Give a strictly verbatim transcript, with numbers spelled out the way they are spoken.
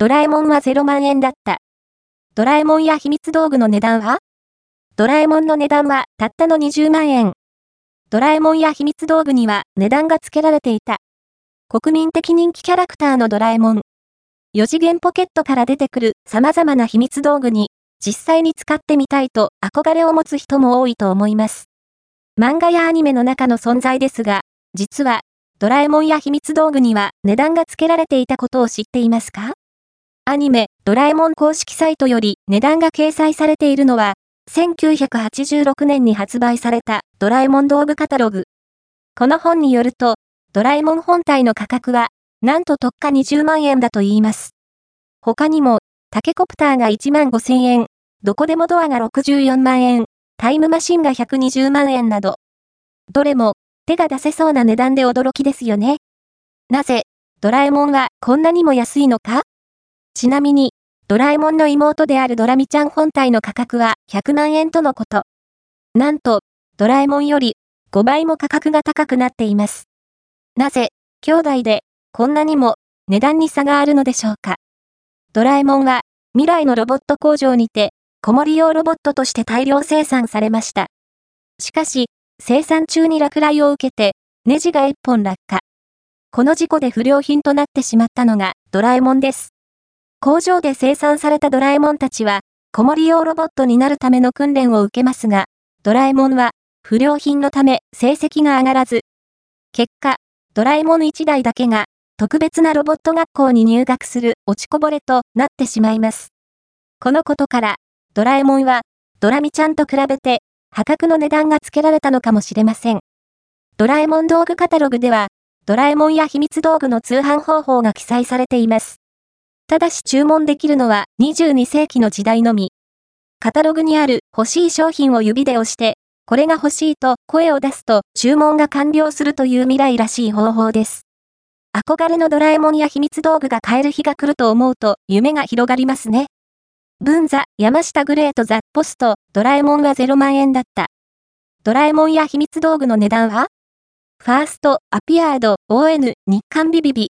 ドラえもんはゼロまんえんだった。ドラえもんや秘密道具の値段は？ドラえもんの値段はたったのにじゅうまんえん。ドラえもんや秘密道具には値段が付けられていた。国民的人気キャラクターのドラえもん。よ次元ポケットから出てくる様々な秘密道具に実際に使ってみたいと憧れを持つ人も多いと思います。漫画やアニメの中の存在ですが、実はドラえもんや秘密道具には値段が付けられていたことを知っていますか？アニメ、ドラえもん公式サイトより値段が掲載されているのは、せんきゅうひゃくはちじゅうろくねんに発売されたドラえもん道具カタログ。この本によると、ドラえもん本体の価格は、なんと特価にじゅうまんえんだと言います。他にも、タケコプターがいちまんごせんえん、どこでもドアがろくじゅうよんまんえん、タイムマシンがひゃくにじゅうまんえんなど、どれも手が出せそうな値段で驚きですよね。なぜ、ドラえもんはこんなにも安いのか？ちなみに、ドラえもんの妹であるドラミちゃん本体の価格はひゃくまんえんとのこと。なんと、ドラえもんよりごばいも価格が高くなっています。なぜ、兄弟でこんなにも値段に差があるのでしょうか。ドラえもんは未来のロボット工場にて子守用ロボットとして大量生産されました。しかし、生産中に落雷を受けてネジがいっぽん落下。この事故で不良品となってしまったのがドラえもんです。工場で生産されたドラえもんたちは子守用ロボットになるための訓練を受けますが、ドラえもんは不良品のため成績が上がらず、結果、ドラえもんいちだいだけが特別なロボット学校に入学する落ちこぼれとなってしまいます。このことから、ドラえもんはドラミちゃんと比べて破格の値段が付けられたのかもしれません。ドラえもん道具カタログでは、ドラえもんや秘密道具の通販方法が記載されています。ただし注文できるのはにじゅうにせいきの時代のみ。カタログにある欲しい商品を指で押して、これが欲しいと声を出すと注文が完了するという未来らしい方法です。憧れのドラえもんや秘密道具が買える日が来ると思うと夢が広がりますね。文座、山下グレートザ・ポスト、ドラえもんはゼロまんえんだった。ドラえもんや秘密道具の値段は？ファースト、アピアード、オーエヌ、日刊ビビビ、